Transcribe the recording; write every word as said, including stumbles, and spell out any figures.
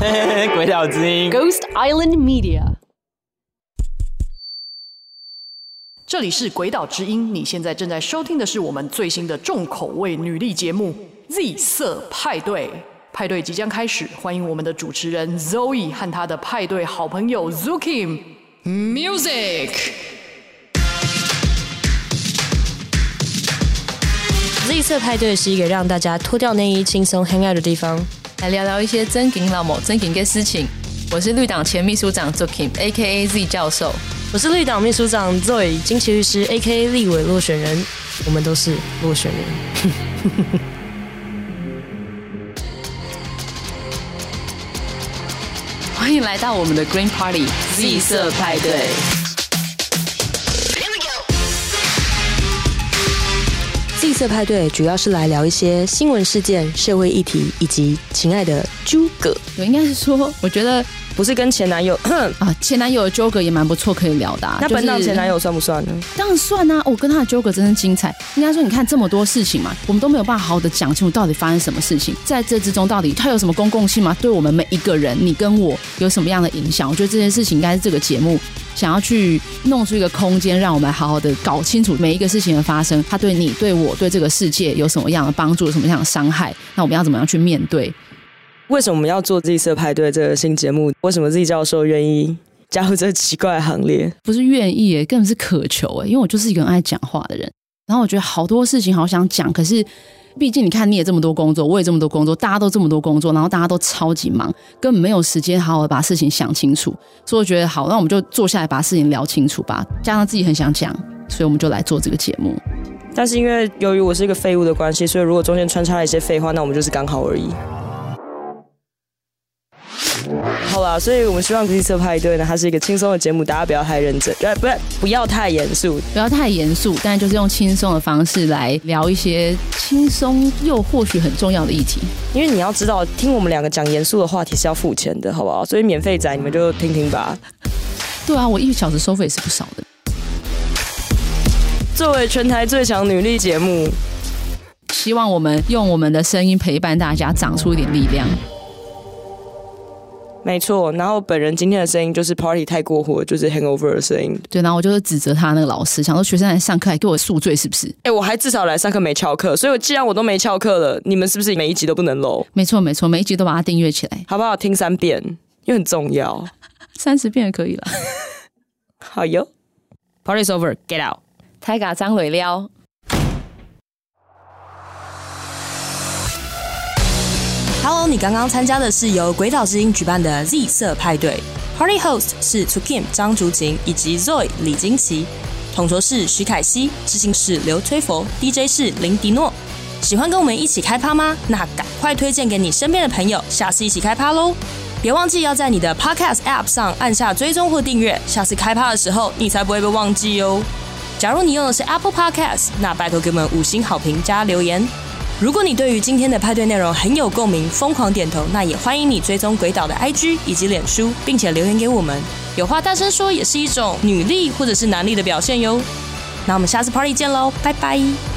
鬼岛之音 Ghost Island Media。 这里是鬼岛之音，你现在正在收听的是我们最新的重口味女力节目 Z 色派对。派对即将开始，欢迎我们的主持人 Zoe 和她的派对好朋友 Zukim Music。 Z 色派对是一个让大家脱掉内衣、轻松 hang out 的地方， 来聊聊一些真情老某、真情的事情。我是绿党前秘书长 Zukim A K A Z 教授， 我是绿党秘书长 Zoe 金奇律师 A K A 立委落选人，我们都是落选人。 欢迎来到我们的 Green Party Z 色派对。 Z 色派对主要是来聊一些新闻事件、社会议题以及情爱的纠葛。 我应该是说，我觉得不是跟前男友啊，前男友的纠葛也蛮不错，可以聊的、啊。 那本档前男友算不算呢？ 当然算啊！我跟他的纠葛真是精彩。应该说，你看这么多事情嘛，我们都没有办法好好的讲清楚到底发生什么事情，在这之中到底它有什么公共性吗？对我们每一个人，你跟我有什么样的影响？我觉得这件事情应该是这个节目想要去弄出一个空间，让我们好好的搞清楚每一个事情的发生，它对你、对我、对这个世界有什么样的帮助，有什么样的伤害？那我们要怎么样去面对？ 为什么我们要做 Z 色派对这个新节目？为什么 Z 教授愿意加入这奇怪的行列？ 不是愿意耶，根本是渴求耶，因为我就是一个很爱讲话的人。然后我觉得好多事情好想讲，可是毕竟你看你也这么多工作，我也这么多工作，大家都这么多工作，然后大家都超级忙，根本没有时间好好的把事情想清楚。所以我觉得好，那我们就坐下来把事情聊清楚吧。加上自己很想讲，所以我们就来做这个节目。 但是因为由于我是一个废物的关系，所以如果中间穿插了一些废话，那我们就是刚好而已。好啦，所以我们希望 Z 色派对呢，它是一个轻松的节目，大家不要太认真，呃，不是不要太严肃， 不要太严肃，但就是用轻松的方式来聊一些轻松又或许很重要的议题。 因为你要知道，听我们两个讲严肃的话题是要付钱的，好不好？所以免费仔你们就听听吧。 对啊，我一小时收费也是不少的。 作为全台最强女力节目， 希望我们用我们的声音陪伴大家，长出一点力量。 没错，然后本人今天的声音就是 party 太过火，就是 hangover 的声音。 对，然后我就是指责他那个老师，想说学生来上课还给我宿醉是不是？ 哎、欸，我还至少来上课没翘课，所以既然我都没翘课了，你们是不是每一集都不能漏？ 没错没错，每一集都把它订阅起来， 好不好？听三遍，因为很重要。 三十遍也可以了。 好哟 ，Party's over, get out。 太嘎张蕊撩。 Hello， 你刚刚参加的是由鬼岛之音举办的 Z 色派对 ，Party Host 是 Zukim 张竹晴以及 Zoe 李金奇，统筹是徐凯熙，执行是刘推佛 ，D J 是林迪诺。喜欢跟我们一起开趴吗？那赶快推荐给你身边的朋友，下次一起开趴喽！别忘记要在你的 Podcast App 上按下追踪或订阅，下次开趴的时候你才不会被忘记哦。假如你用的是 Apple Podcast， 那拜托给我们五星好评加留言。如果你对于今天的派对内容很有共鸣，疯狂点头，那也欢迎你追踪鬼岛的 I G 以及脸书，并且留言给我们。有话大声说也是一种女力或者是男力的表现哟。那我们下次 party 见喽，拜拜。